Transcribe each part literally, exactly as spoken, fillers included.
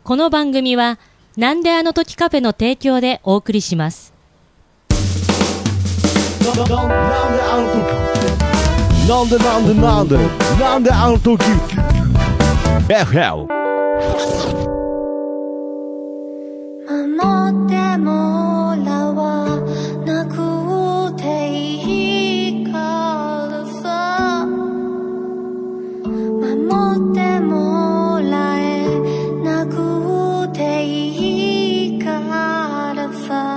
この番組はなんであの時カフェの提供でお送りします。 なんであの時なんでなんでなんでなんであの時 エフエル守ってもらわなくていいからさ、守ってもらえなくていいからさ。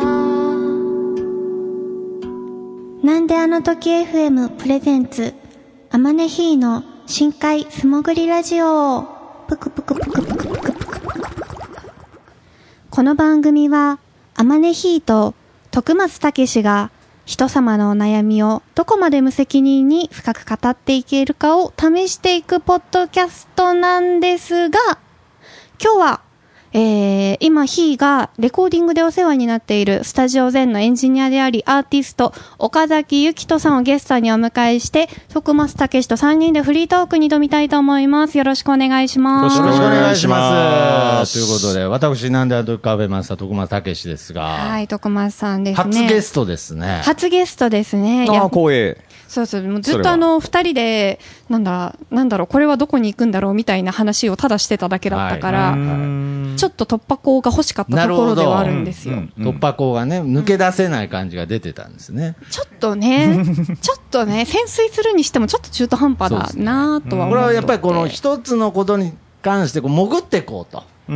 なんであの時 エフエム プレゼンツあまねひーの深海素潜りラジオ。ぷくぷくぷくぷくぷくぷくぷく。この番組はあまねひーと徳松たけしが人様のお悩みをどこまで無責任に深く語っていけるかを試していくポッドキャストなんですが、今日はえー、今ひーがレコーディングでお世話になっているスタジオゼンのエンジニアでありアーティスト岡崎ゆきとさんをゲストにお迎えして徳松たけしとさんにんでフリートークに挑みたいと思います。よろしくお願いします。 よろしくお願いします。ということで私なんであの時カフェマスター徳松たけしですが、 はい徳松さんですね。 初ゲストですね。 初ゲストですね。 ああ光栄。 そうそう、もうずっとあの二人でなんだなんだろうこれはどこに行くんだろうみたいな話をただしてただけだったから、はいはい、ちょっと突破口が欲しかったところではあるんですよ。 うんうん、突破口がね抜け出せない感じが出てたんですね。 ちょっとねちょっとね潜水するにしてもちょっと中途半端だなとは思って、ね、 これはやっぱりこの一つのことに関してこう潜っていこうと。 うん、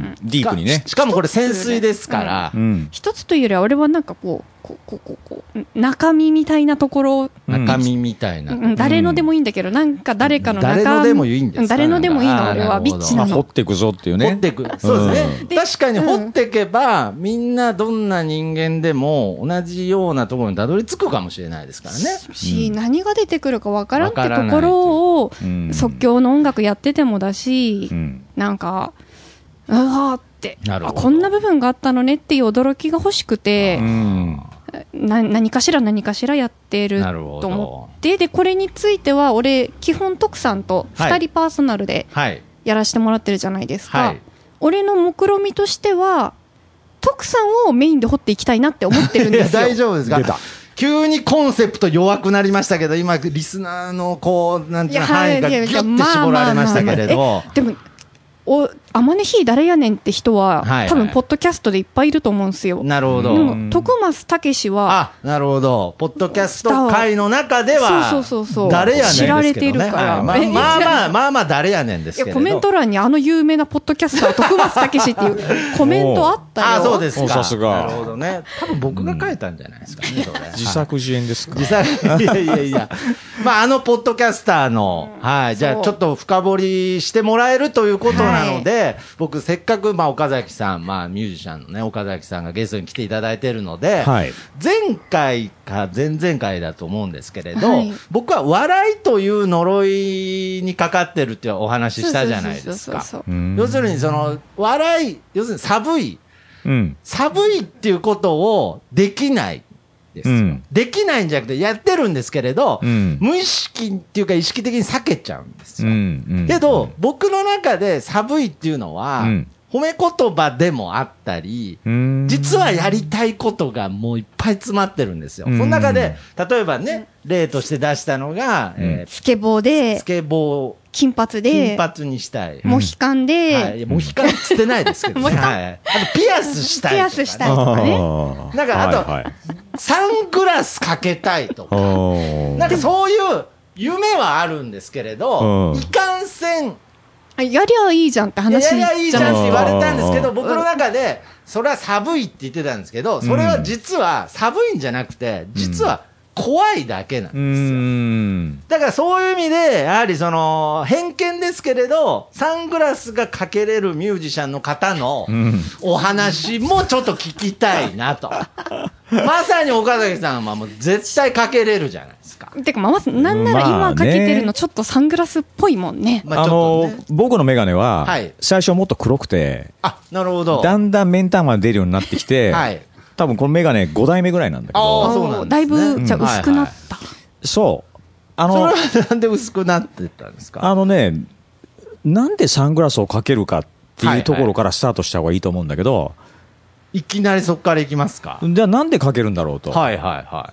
ディープにね。 しかもこれ潜水ですから、 うん、一つというよりは俺はなんかこうこうこうこうこう中身みたいなところ、 中身みたいな、 うん、誰のでもいいんだけど、なんか誰かの中、 誰のでもいいんですか。 誰のでもいいの俺はビッチなの。 まあ、掘っていくぞっていうね。 掘っていく。そうですね。確かに掘っていけば、みんなどんな人間でも同じようなところにたどり着くかもしれないですからね。 し、うん、何が出てくるかわからんってところを、即興の音楽やっててもだし、うん、なんかうわーってあこんな部分があったのねっていう驚きが欲しくて、うん、な何かしら何かしらやってると思って、でこれについては俺基本徳さんとふたりパーソナルでやらせてもらってるじゃないですか、はいはい、俺の目論見としては徳さんをメインで掘っていきたいなって思ってるんですよ。 大丈夫ですか。急にコンセプト弱くなりましたけど、今リスナーのこうなんていうの範囲がギュッて絞られましたけれど、 でもおあまねひ誰やねんって人は、はいはい、多分ポッドキャストでいっぱいいると思うんですよ。 なるほど。 でも徳松たけしはあなるほどポッドキャスト界の中ではそうそうそうそう誰やねんですけど、ね、 知られてるから、 はい、まあまあまあまあまあ誰やねんですけど、いやコメント欄にあの有名なポッドキャスター徳松たけしっていうコメントあったよ。 あそうですか。 さすが。 なるほどね。多分僕が書いたんじゃないですかね、それ。 自作自演ですか。 自作いやいやいやまああのポッドキャスターの、うん、はいじゃあちょっと深掘りしてもらえるということなので、はい、僕せっかくまあ岡崎さん、まあミュージシャンのね岡崎さんがゲストに来ていただいているので、はい、前回か前々回だと思うんですけれど、はい、僕は笑いという呪いにかかってるっていうお話したじゃないですか。要するにその笑い要するに寒い、うん、寒いっていうことをできないですよ、うん、できないんじゃなくてやってるんですけれど、うん、無意識っていうか意識的に避けちゃうんですよ、うんうん、けど、うん、僕の中で寒いっていうのは、うん、褒め言葉でもあったり、うん、実はやりたいことがもういっぱい詰まってるんですよ、うん、その中で例えばね例として出したのが、うんえー、 スケボーでスケボー金髪で金髪にしたい、 モヒカンで、 はい、モヒカンつってないですけどね、はい、あとピアスしたいとか、ね、 ピアスしたいとかねなんかあと、はいはい、サングラスかけたいとかなんかそういう夢はあるんですけれどいかんせんやりゃいいじゃんって話じゃやりゃいいじゃんって言われたんですけど僕の中でそれは寒いって言ってたんですけどそれは実は寒いんじゃなくて実は怖いだけなんですよ、うん、だからそういう意味でやはりその偏見ですけれどサングラスがかけれるミュージシャンの方のお話もちょっと聞きたいなとまさに岡崎さんはもう絶対かけれるじゃないですか。 てかまあなんなら今かけてるのちょっとサングラスっぽいもんね、 まあ、あのね僕のメガネは最初もっと黒くて、 はい、あなるほどだんだん目ん玉が出るようになってきて、はい多分このメガネごだいめぐらいなんだけどあそうなんです、ね、だいぶじゃ薄くなった、うんはいはい、 そうあのそれはなんで薄くなってたんですか。 あのねなんでサングラスをかけるかっっていうところからスタートした方がいいと思うんだけど、 いきなりそこからいきますか。 じゃあなんでかけるんだろうと。 はいはいはい。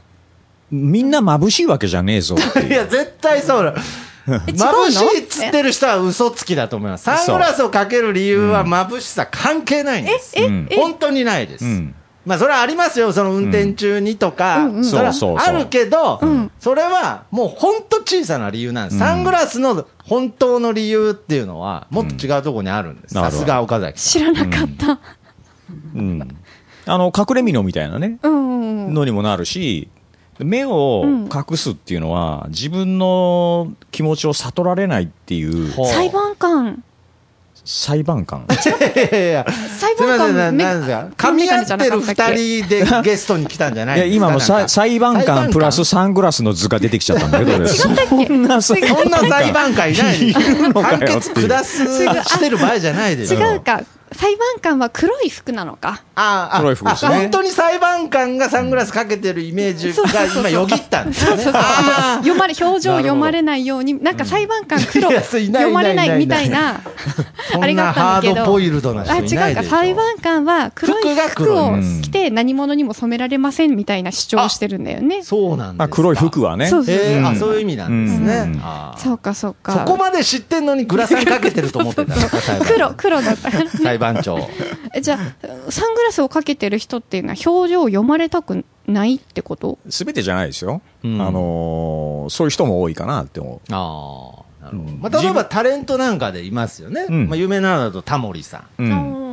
みんな眩しいわけじゃねえぞっていう。 いや、絶対そうだ。眩しいっつってる人は嘘つきだと思います。サングラスをかける理由は眩しさ関係ないんです。 え、 え、 え、 本当にないです。 うん、 まあそれはありますよ、その運転中にとか、 うん、 それはあるけど、 うん、 それはもう本当小さな理由なんです。うん、サングラスの本当の理由っていうのは、もっと違うところにあるんです。さすが岡崎さん。知らなかった。 うん。うん、あの、隠れ蓑みたいなね、 うんうん、 のにもなるし、目を隠すっていうのは、自分の気持ちを悟られないっていう。 裁判官。 裁判官。 いやいや、 裁判官なんですか。噛み合ってる二人でゲストに来たんじゃないですか。 いや、今も裁判官プラスサングラスの図が出てきちゃったんだけど、 そんな裁判官いないです。判決下すしてる場合じゃないです。 違うか。裁判官は黒い服なのか。 ああ、 黒い服ですね。 本当に裁判官がサングラスかけてるイメージが今よぎったんですよね。 読まれ、表情読まれないように、なんか裁判官黒、読まれないみたいな、あれがあったんだけど。 ハードボイルドな人いないでしょ。 あ、違うか。裁判官は黒い服を着て何者にも染められませんみたいな主張をしてるんだよね。 そうなんですか。 黒い服はね。 そうそう。あ、そういう意味なんですね。 そうか、そうか。 そこまで知ってんのにグラサンかけてると思ってた。 黒、黒だったから。 裁判長。 じゃあサングラスをかけてる人っていうのは表情を読まれたくないってこと？ すべてじゃないですよ、うん、あのー、そういう人も多いかなって思う。 ああ、なるほど。まあ、例えばタレントなんかでいますよね、うん、まあ、有名なのだとタモリさん、うん、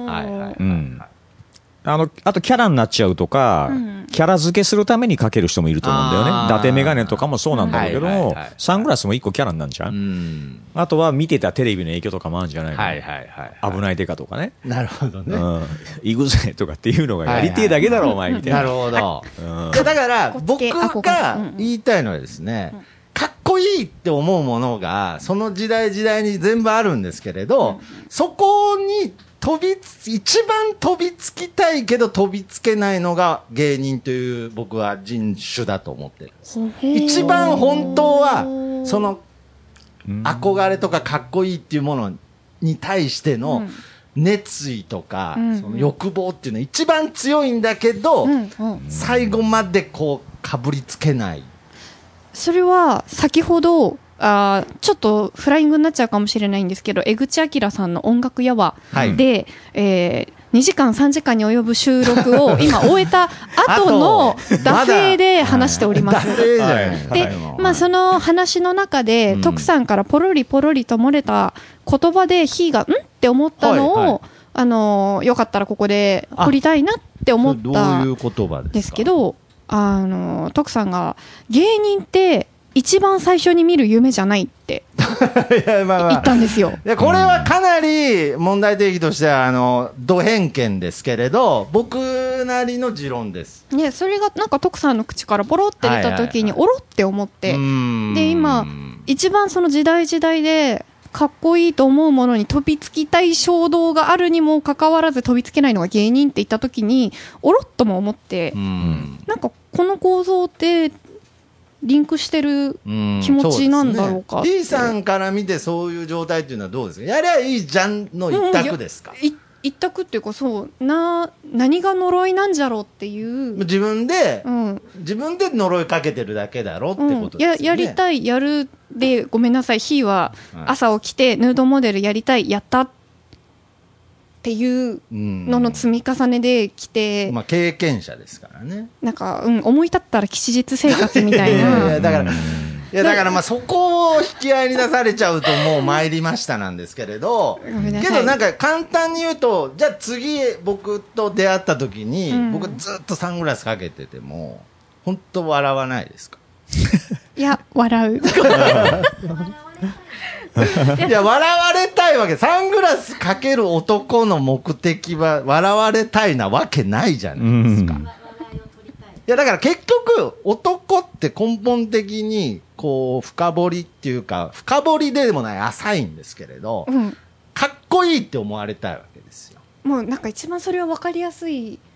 はいはいはい、はい、うん、 あのあとキャラになっちゃうとか、うん、キャラ付けするためにかける人もいると思うんだよね。伊達メガネとかもそうなんだろうけども、はいはいはい、サングラスも一個キャラになるじゃん、うん、あとは見てたテレビの影響とかもあるんじゃないかな、はいはいはいはい、危ないデカとかね。 なるほどね、うん、 イグゼとかっていうのがやりてえだけだろ、はいはい、お前みたいな。 なるほど、うん、だから僕が言いたいのはですね、かっこいいって思うものがその時代時代に全部あるんですけれど、そこに飛びつ一番飛びつきたいけど飛びつけないのが芸人という僕は人種だと思ってるんです。一番本当はその憧れとかかっこいいっていうものに対しての熱意とか、うん、その欲望っていうのは一番強いんだけど、うんうん、最後までこうかぶりつけない。 それは先ほどあちょっとフライングになっちゃうかもしれないんですけど、江口明さんの音楽やわで、はい、えー、にじかんさんじかんに及ぶ収録を今終えた後の惰性で話しております。で、まあ、その話の中で、うん、徳さんからポロリポロリと漏れた言葉でひーがんって思ったのを、はいはい、あのよかったらここで掘りたいなって思ったんですけど、あの徳さんが芸人って一番最初に見る夢じゃないって言ったんですよ。 いや、これはかなり問題提起としてはあのド偏見ですけれど、僕なりの持論です。 ね、それがなんか徳さんの口からポロって出た時におろって思って、で今一番その時代時代でかっこいいと思うものに飛びつきたい衝動があるにもかかわらず飛びつけないのが芸人って言った時におろっとも思って、なんかこの構造ってリンクしてる気持ちなんだろうかって。 B さんから見てそういう状態っていうのはどうですか？やりゃいいじゃんの一択ですか？ うん、一択っていうか、そうな、何が呪いなんじゃろうっていう、 自分で、うん、自分で呪いかけてるだけだろってことですよね、 うん、や, やりたいやるで、ごめんなさい、ひーは朝起きてヌードモデルやりたいやったっていうのの積み重ねで来て、 うん、まあ、経験者ですからね。 なんか、うん、思い立ったら吉日生活みたいな。 いやだからいやだからまあそこを引き合いに出されちゃうともう参りましたなんですけれど、けどなんか簡単に言うと、じゃあ次僕と出会った時に、うん、僕ずっとサングラスかけてても本当笑わないですか？ いや笑う。 いや笑われたいわけ、サングラスかける男の目的は笑われたいなわけないじゃないですか。いやだから結局男って根本的にこう深掘りっていうか、深掘りでもない浅いんですけれど、うん、かっこいいって思われたいわけですよ。 もうなんか一番それは分かりやすい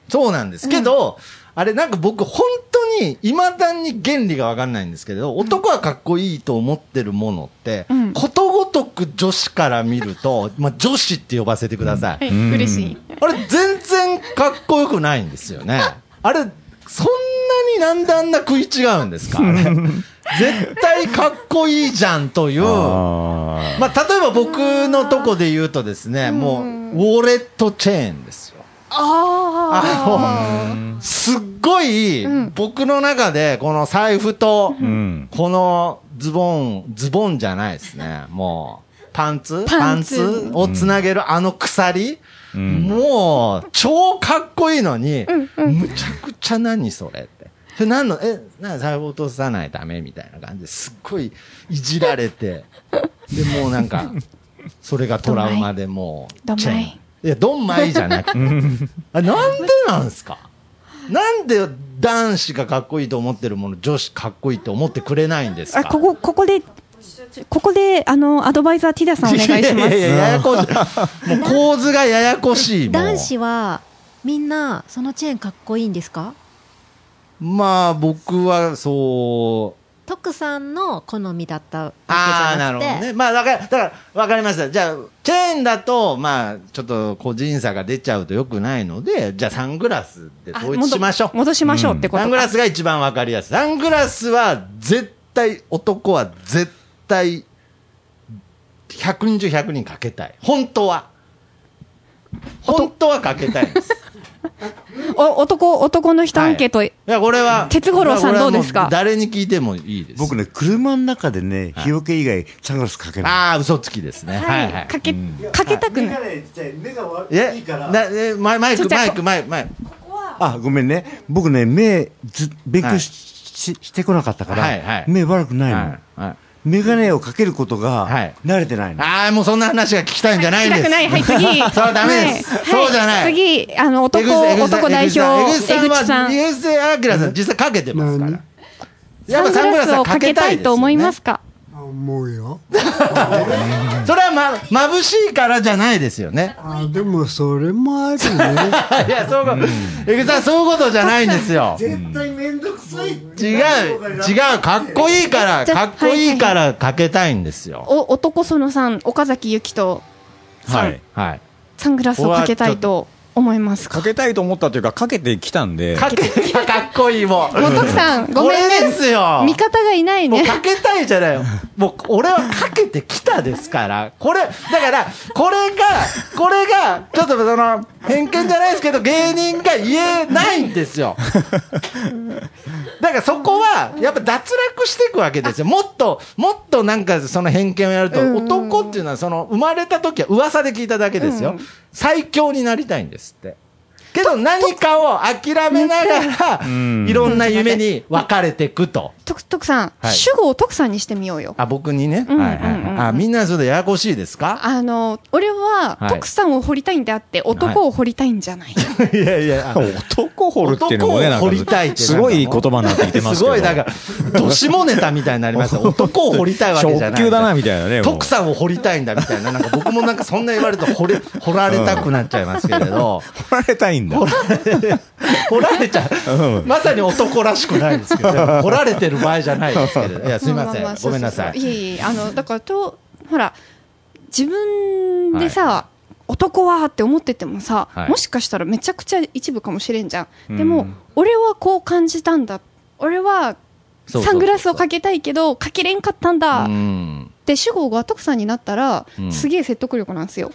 そうなんです。けど、あれなんか僕本当に未だに原理がわかんないんですけど、男はかっこいいと思ってるものって、うん、ことごとく女子から見ると、まあ女子って呼ばせてください。 はい、嬉しい。 あれ全然かっこよくないんですよね。あれ、そんなになんであんな食い違うんですか？あれ絶対かっこいいじゃんという。あまあ例えば僕のとこで言うとですね、もうウォレットチェーンですよ。ああすっごい、僕の中でこの財布と、このズボン、ズボンじゃないですね。もう、パンツパンツをつなげるあの鎖、うん、もう、超かっこいいのに、むちゃくちゃ何それって。それ何の、え、な財布落とさないためみたいな感じですっごいいじられて、で、もうなんか、それがトラウマでもう、チェーン。いや、ドンマイじゃなくて。あなんでなんすか？なんで男子がかっこいいと思ってるもの、女子かっこいいと思ってくれないんですか？ あ、ここ、ここで、ここで、あの、アドバイザーティダさんお願いします。いやいや、 ややこしい。もう構図がややこしい。 男子は、みんな、そのチェーンかっこいいんですか？ まあ、僕は、そう、 徳さんの好みだったわけじゃなくて。ああ、なるほどね。 まあ、だから、だから、わかりました。じゃあ、チェーンだと、まあ、ちょっと個人差が出ちゃうとよくないので、じゃあサングラスで統一しましょう。 戻しましょうってこと、 うん、サングラスが一番わかりやすい。サングラスは、絶対、男は絶対、ひゃくにん中ひゃくにんかけたい。本当は。本当はかけたいんです。 お男、男の人アンケート、はい、いやこれは哲五郎さんどうですか？ 誰に聞いてもいいです。 僕ね、車の中でね、日よけ以外サングラスかけない。 ああ、嘘つきですね。はいはい。 かけ、うん、かけたくない。 目が悪いから。 え、マイマイク、マイク、マイク、マイク。 あ、ごめんね。僕ね、目ず勉強し、はい、してこなかったから、はいはい、目悪くないの。はいはいメガネをかけることが慣れてないの、 はい、ああもうそんな話が聞きたいんじゃないんです。 聞きたくない。はい次。 そうダメです。はい、そうじゃない。 次あの男男代表江口さんは江口明さん実際かけてますから。 やっぱサングラスをかけたいと思いますか？ 思うよ。 それはま眩しいからじゃないですよね。 あでもそれもあるね。 いやそうか、江口さんそういうことじゃないんですよ。 絶対面倒くさい。 違う違うかっこいいからかっこいいからかけたいんですよ。 お男園さん岡崎由紀人さん、はいはい、サングラスをかけたいと思いますか？ かけたいと思ったというかかけてきたんで。 かけかっこいいもん。 もう徳さんごめんね。 これですよ。 味方がいないね。 もうかけたいじゃないよ。もう俺はかけてきたですから。これだからこれがこれがちょっとその偏見じゃないですけど芸人が言えないんですよ。だからそこはやっぱ脱落していくわけですよ。もっともっとなんかその偏見をやると男っていうのはその生まれた時は噂で聞いただけですよ。最強になりたいんですって。けど何かを諦めながらいろんな夢に分かれていくと。 徳さん、はい、主語を徳さんにしてみようよ。 あ、僕にね。はいはいはい。あ、みんなそれでややこしいですか？ あの俺は徳さんを掘りたいんであって男を掘りたいんじゃない。 はい、いやいや、 男掘るっていうのもね、なんかすごい言葉になってきてますけど。 すごいなんかどしもネタみたいになりました。男を掘りたいわけじゃない。 初級だなみたいなね。 徳さんを掘りたいんだみたいな、なんか僕もなんかそんな言われると掘れ掘られたくなっちゃいますけれど。 掘られたいんだ。 掘られ掘られちゃう、うん、まさに男らしくないですけど、掘られてる場合じゃないですけど、いやすいません、まあまあごめんなさい。 いえいえ、あのだからとほら自分でさ、はい、男はって思っててもさ、はい、もしかしたらめちゃくちゃ一部かもしれんじゃん。うん、でも俺はこう感じたんだ。俺はサングラスをかけたいけどかけれんかったんだ。うんで主語が徳さんになったら、うん、すげえ説得力なんですよ。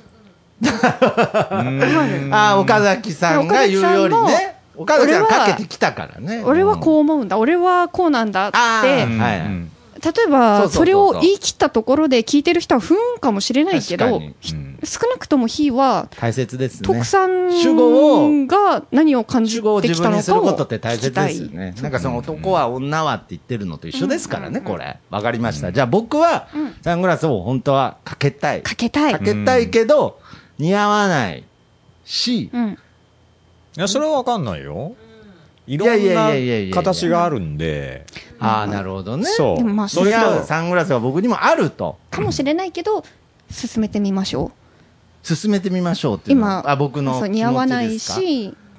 ああ岡崎さんが言うよりね。岡崎さんかけてきたからね。 俺はこう思うんだ、俺はこうなんだって、はい、例えばそれを言い切ったところで聞いてる人は不運かもしれないけど、うん、少なくとも非は大切ですね。 徳さんが何を感じてきたのかを主語を自分にすることって大切ですよね。なんかその男は女はって言ってるのと一緒ですからね、これ。わかりました。じゃあ僕はサングラスを本当はかけたい。 かけたい。 かけたいけど似合わないし、うんいやそれは分かんないよ。いろんな形があるんで。 ああなるほどね。 そう。 まあ、 それはサングラスが僕にもあると。 かもしれないけど進めてみましょう。 進めてみましょうっていうのは今あ僕のそう似合わないし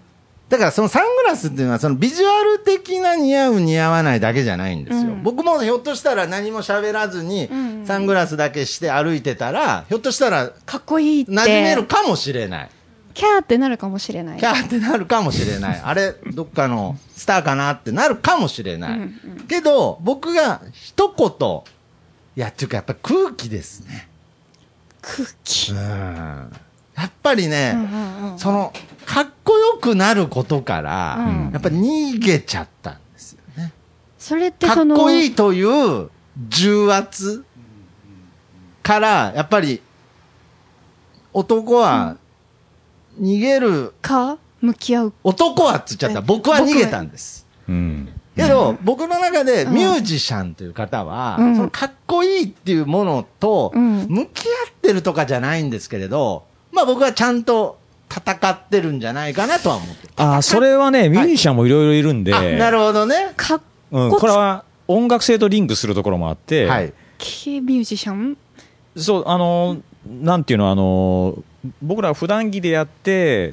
だからそのサングラスっていうのはそのビジュアル的な似合う似合わないだけじゃないんですよ、うん、僕もひょっとしたら何も喋らずにサングラスだけして歩いてたらひょっとしたらかっこいいって馴染めるかもしれない、 キャーってなるかもしれないキャーってなるかもしれないあれどっかのスターかなってなるかもしれない、うんうん、けど僕が一言いやっていうかやっぱり空気ですね、 空気、 うん、やっぱりね、うんうんうん、そのかっこよくなることから、うん、やっぱり逃げちゃったんですよね。 それってそのかっこいいという重圧からやっぱり男は逃げるか向き合う、 男はっつっちゃった僕は逃げたんです、うん、けど、うん、僕の中でミュージシャンという方は、うん、そのかっこいいっていうものと向き合ってるとかじゃないんですけれど、まあ僕はちゃんと戦ってるんじゃないかなとは思ってる。 ああ、それはね、ミュージシャンもいろいろいるんで、はい、 なるほどね。 かっうん、これは音楽性とリンクするところもあって、はい、 キーミュージシャンそう、あの、なんていうの、あの、僕ら普段着でやって、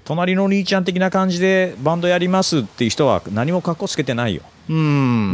隣の兄ちゃん的な感じでバンドやりますっていう人は何も格好つけてないよ。うん、うん、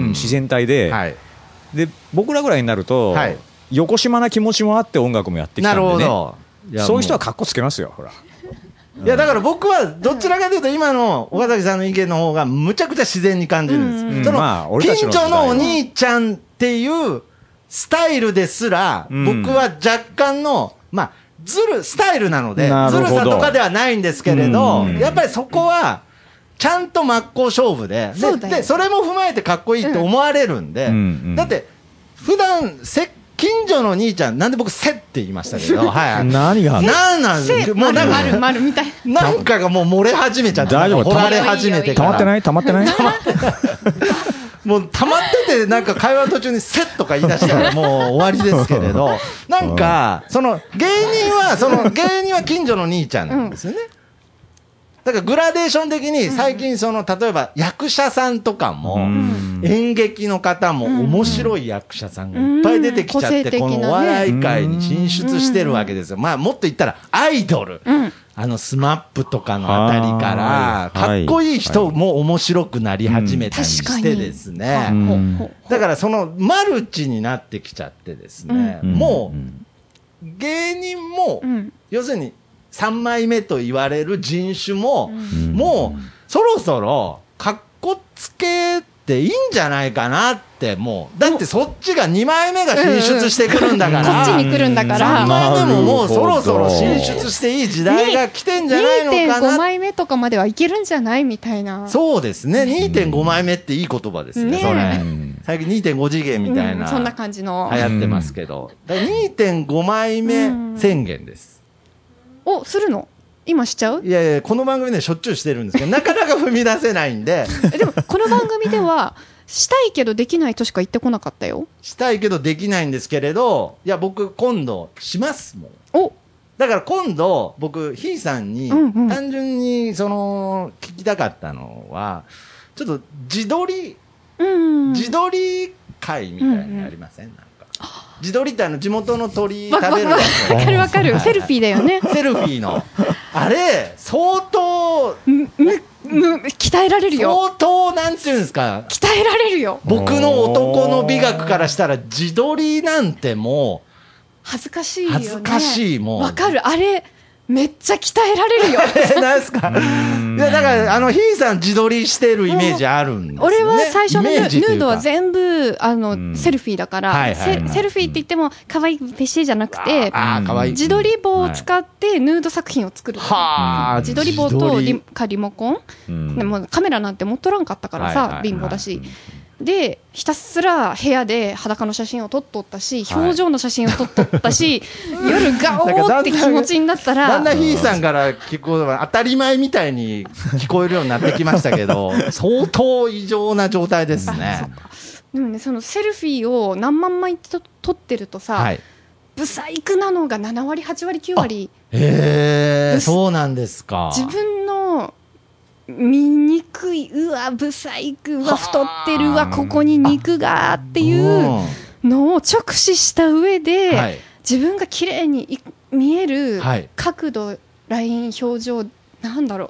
自然体で、はい、で、僕らぐらいになると、はい、横島な気持ちもあって音楽もやってきたんでね。なるほど。そういう人は格好つけますよ、ほら。 いやだから僕はどちらかというと今の岡崎さんの意見の方がむちゃくちゃ自然に感じるんです、うん、その、まあ、近所のお兄ちゃんっていうスタイルですら、うん、僕は若干のまあずるスタイルなのでずるさとかではないんですけれど、うん、やっぱりそこはちゃんと真っ向勝負 で, で, でそれも踏まえてかっこいいって思われるんで、うんうん、だって普段せ近所の兄ちゃん、なんで僕、せって言いましたけど、はい、 何がなんなんでもうなんか、丸丸みたいな。なんかがもう漏れ始めちゃって、大丈夫、掘られ始めてから。 溜まってない溜まってないもう溜まってて、なんか会話の途中にせとか言い出したらもう終わりですけれど、なんか、その芸人は、その芸人は近所の兄ちゃんなんですよね。うんだからグラデーション的に最近その例えば役者さんとかも演劇の方も面白い役者さんがいっぱい出てきちゃってこのお笑い界に進出してるわけですよ。まあもっと言ったらアイドルあのスマップとかのあたりからかっこいい人も面白くなり始めたりしてですねだからそのマルチになってきちゃってですねもう芸人も要するにさんまいめと言われる人種も、うん、もうそろそろかっこつけていいんじゃないかなってもうだってそっちがにまいめが進出してくるんだから、 うんうん、こっちに来るんだからさんまいめももうそろそろ進出していい時代が来てんじゃないのかなにてんご 枚目とかまではいけるんじゃないみたいなそうですね にてんご 枚目っていい言葉ですね、ねそれ最近 にてんご 次元みたいな、 うん、そんな感じの流行ってますけど、うん、にてんご 枚目宣言です、 お、するの今しちゃういやいや、この番組でしょっちゅうしてるんですけど、なかなか踏み出せないんで。 でも、この番組では、したいけどできないとしか言ってこなかったよ。 したいけどできないんですけれど、いや、僕、今度、しますもん。 おだから今度、僕、ひーさんに、単純に、その、聞きたかったのは、ちょっと、自撮り、うん、自撮り会みたいなのありません、うんうん自撮りってあの地元の鳥食べるやつわかるわかるセルフィーだよねセルフィーのあれ相当むむ鍛えられるよ相当なんていうんですか鍛えられるよ僕の男の美学からしたら自撮りなんてもう恥ずかしいよね恥ずかしいもうわかるあれめっちゃ鍛えられるよなんですかいやだからあのひーさん自撮りしてるイメージあるんですよね俺は最初のヌードは全部あのセルフィーだから、はいはいはい、セルフィーって言っても可愛いペシじゃなくてああ可愛い自撮り棒を使ってヌード作品を作る、はい、自撮り棒とリかリモコン、うん、でもカメラなんて持っとらんかったからさ、はいはいはい、貧乏だしでひたすら部屋で裸の写真を撮っとったし、はい、表情の写真を撮っとったし夜ガオーって気持ちになったらだんだんひーさんから聞こえ当たり前みたいに聞こえるようになってきましたけど相当異常な状態ですねでもねそのセルフィーを何万枚と撮ってるとさ、はい、ブサイクなのがななわりはちわりきゅうわりへーそうなんですか自分の醜いうわブサイクうわ太ってるわここに肉がっていうのを直視した上で、はい、自分が綺麗に見える角度、はい、ライン表情なんだろ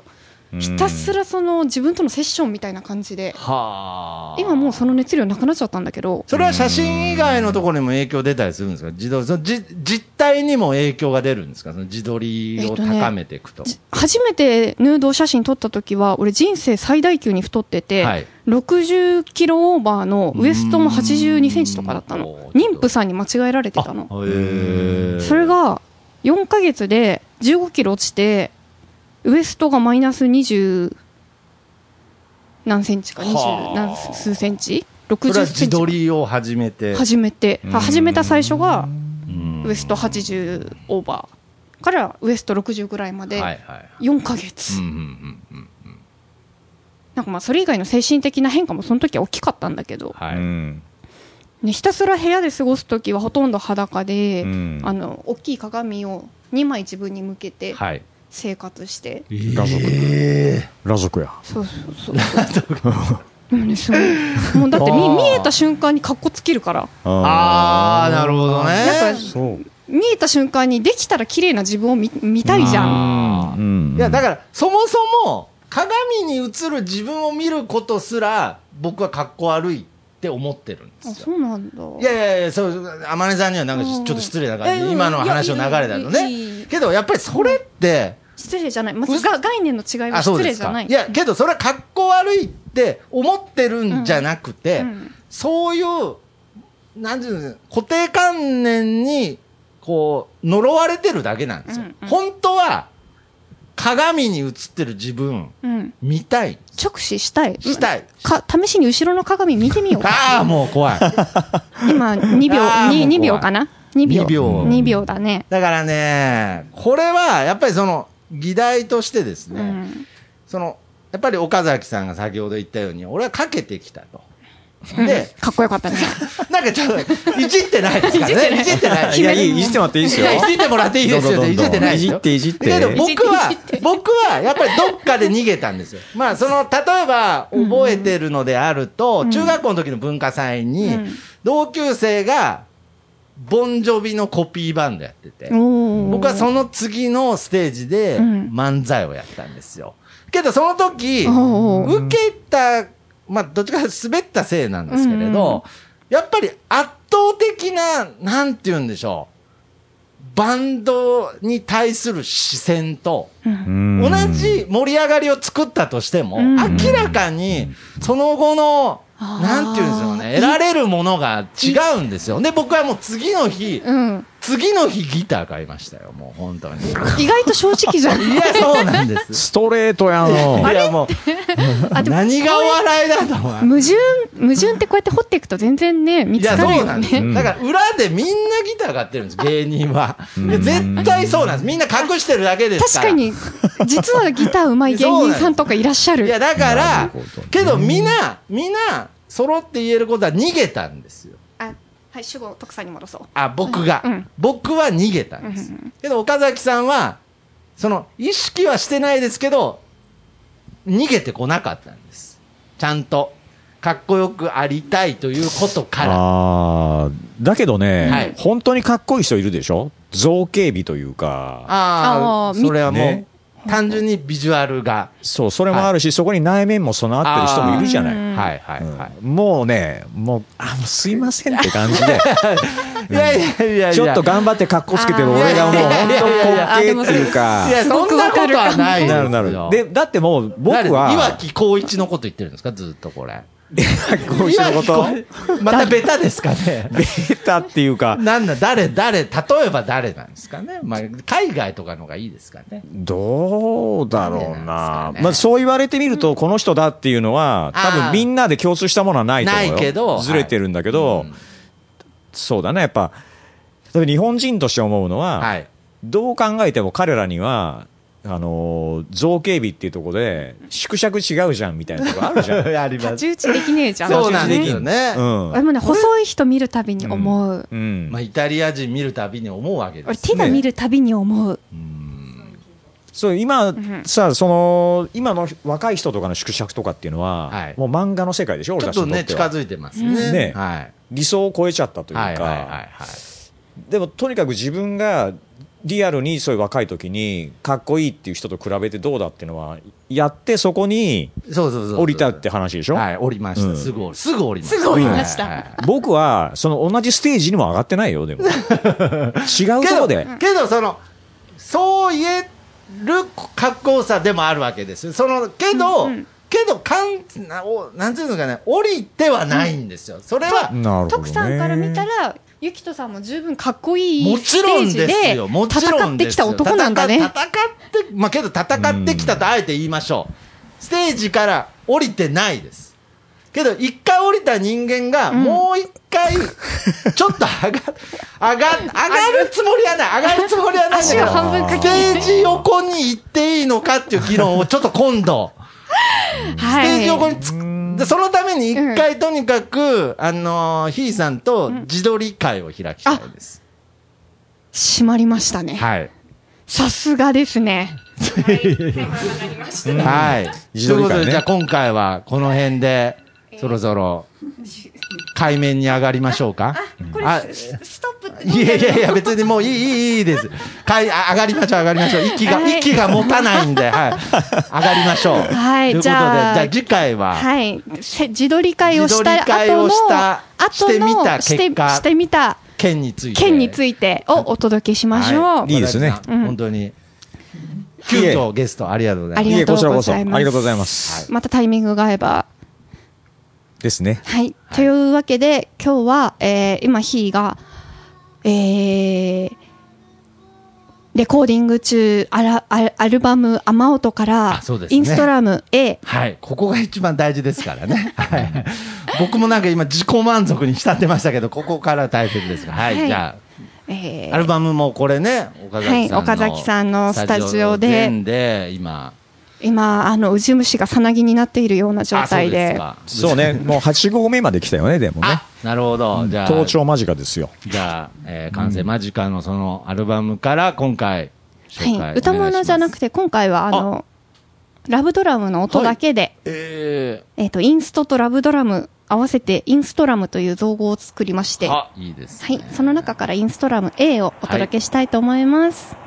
ひたすらその自分とのセッションみたいな感じで、 は今もうその熱量なくなっちゃったんだけど。 それは写真以外のところにも影響出たりするんですか？自撮り、そのじ実体にも影響が出るんですか？その自撮りを高めていくと。 えっとね、初めてヌード写真撮った時は俺人生最大級に太ってて、はい、ろくじゅっキロオーバーのウエストもはちじゅうにセンチとかだったの。妊婦さんに間違えられてたの。 へそれがよんかげつでじゅうごキロ落ちて、ウエストがマイナスにじゅう何センチか、にじゅう何数センチ、ろくじゅっセンチ。 それは自撮りを始めて。 始めて、始めた最初がウエストはちじゅうオーバーからウエストろくじゅうぐらいまでよんかげつ。なんかまあそれ以外の精神的な変化もその時は大きかったんだけど、はいね、ひたすら部屋で過ごす時はほとんど裸で、うん、あの大きい鏡をにまい自分に向けて、はい生活して、 えー、裸族、えー、裸族や。 そうそうそうでもね、すごいもうだって 見, 見えた瞬間にカッコつけるから。 ああなるほどね。 なんかそう見えた瞬間にできたら綺麗な自分を 見, 見たいじゃん。 うん、いやだからそもそも鏡に映る自分を見ることすら僕はカッコ悪いって思ってるんですよ。 あそうなんだ。 いやいやいやそう天音さんにはなんかちょっと失礼な感じ、今の話の流れだとね。けどやっぱりそれって、うん失礼じゃない、まずが概念の違いは失礼じゃない。 いやけどそれはかっこ悪いって思ってるんじゃなくて、うんうん、そういうなんていうんですか、固定観念にこう呪われてるだけなんですよ、うんうん、本当は鏡に映ってる自分、うん、見たい、 直視したいしたいか、試しに後ろの鏡見てみようか。 ああもう怖い今にびょうに、にびょうかな、にびょう、にびょう、にびょうだね。 だからねこれはやっぱりその議題としてですね、うん、そのやっぱり岡崎さんが先ほど言ったように俺はかけてきたと。 で、うん、かっこよかったね。 なんかちょっといじってないですからね。いじってない。 いやいいいじってもらっていいですよ。 いじってもらっていいですよ。いじってないですよ。 いじっていじって。 けど僕は僕はやっぱりどっかで逃げたんですよ。まあその例えば覚えてるのであると、うん、中学校の時の文化祭に同級生がボンジョビのコピーバンドやってて、僕はその次のステージで漫才をやったんですよ。けどその時、受けた、まあどっちかというと滑ったせいなんですけれど、やっぱり圧倒的な、なんて言うんでしょう、バンドに対する視線と、同じ盛り上がりを作ったとしても、明らかにその後のなんていうんですよね、得られるものが違うんですよ。で、僕はもう次の日、うん、次の日ギター買いましたよ、もう本当に。 意外と正直じゃん。 いや、そうなんです。 ストレートやの。 いや、もう、何がお笑いだと思う。 矛盾、矛盾ってこうやって掘っていくと全然ね、見つかるよね。いや、そうなんです。 だから裏でみんなギター買ってるんです、芸人は。絶対そうなんです。みんな隠してるだけですから。 確かに、実はギター上手い芸人さんとかいらっしゃる。 いや、だから、けどみんな、みんな、揃って言えることは逃げたんですよ。 あ、はい、主語徳さんに戻そう。 あ、僕が、うん、僕は逃げたんです、うん、けど岡崎さんはその意識はしてないですけど逃げてこなかったんです。ちゃんとかっこよくありたいということから。 あだけどね、はい、本当にかっこいい人いるでしょ、造形美というか。 ああ、それはもう、ね、単純にビジュアルが、 そう、それもあるし、はい、そこに内面も備わってる人もいるじゃない。 はいはいはい、 うん、もうね、もう、あ、もうすいませんって感じで。 いやいやいやいや、 ちょっと頑張って格好つけてる俺がもう本当滑稽っていうか。 いや、そんなことはないなるなる。で、だってもう僕は。 岩城浩一のこと言ってるんですか、ずっとこれ。 こういうこと。 またベタですかね。 ベタっていうか。 なんだ、誰、誰、例えば誰なんですかね。まあ、海外とかのがいいですかね。 どうだろうな。ね、まあ、そう言われてみると、この人だっていうのは、多分みんなで共通したものはないと思うよ。 ないけど。 ずれてるんだけど、はい、うん、そうだね。やっぱ、例えば日本人として思うのは、はい、どう考えても彼らには、あのー、造形美っていうところで縮尺違うじゃんみたいなところあるじゃん。 あります。太刀打ちできねえじゃん。 そうなんですよね。 うん。でもね、細い人見るたびに思う。 うん。うん、まあイタリア人見るたびに思うわけです、ね。 手が見るたびに思う。うん 。そう今、うん、さその今の若い人とかの縮尺とかっていうのは、はい、もう漫画の世界でしょ。 ちょっとね近づいてますね。 ね、 はい。 理想を超えちゃったというか。 はいはいはいはい。 でもとにかく自分がリアルにそういう若い時にかっこいいっていう人と比べてどうだっていうのはやってそこに降りたって話でしょ。 はい、降りました、うん、すぐすぐ降りました。 すぐ降りました、はいはい、 僕はその同じステージにも上がってないよ。でも違うとこでけど、けどそのそう言えるかっこよさでもあるわけですよ。そのけど、うんうん、けどかんなおなんていうのかね、降りてはないんですよ。それは、 ね、徳さんから見たらゆきとさんも十分かっこいいステージで戦ってきた男なんだね。 戦って、まあけど戦ってきたとあえて言いましょう。ステージから降りてないです。けど一回降りた人間がもう一回ちょっと上が上が上がるつもりはない上がるつもりはないんだけど、 半分かけステージ横に行っていいのかっていう議論をちょっと今度ステージ横につでそのために一回とにかく、うん、あのー、ひーさんと自撮り会を開きたいです。 閉まりましたね。 はい。 さすがですね。 はい。はい。自撮り会ね。ということで、じゃあ今回はこの辺で、そろそろ海面に上がりましょうか。 これストップって。 いやいやいや、別にもういい、いい、いいです。海、上がりましょう、上がりましょう。息が、息が持たないんで、はい。上がりましょう。 はい。 ということで、じゃあ次回は。 はい。自撮り会をした後の、 してみた結果。 してみた。 件について。 件についてをお届けしましょう。 いいですね。 本当に。急遽ゲストありがとうございます。 ありがとうございます。 ありがとうございます。 またタイミングが合えば。 ですね。 はい。というわけで、今日は、えー、今、ひーが、えー、レコーディング中、アラ、アルバム、雨音から、ね、インストラム A。 はい。ここが一番大事ですからね。はい。僕もなんか今、自己満足に浸ってましたけど、ここから大切ですが。はい。はい、じゃあ、えー、アルバムもこれね、岡崎さんの、はい、 岡崎さんのスタジオで、 で今、 今、あの、ウジ虫がさなぎになっているような状態で。 そうそうね、もうはちごうめまで来たよね、でもね。 なるほど。じゃあ。 登頂間近ですよ。 じゃあ、えー、完成間近のそのアルバムから今回、紹介、はい、 歌物じゃなくて、今回はあの、ラブドラムの音だけで、はい、えー、えっと、インストとラブドラム合わせてインストラムという造語を作りまして。 あ、いいです、 ね。はい。その中からインストラム A をお届けしたいと思います。はい。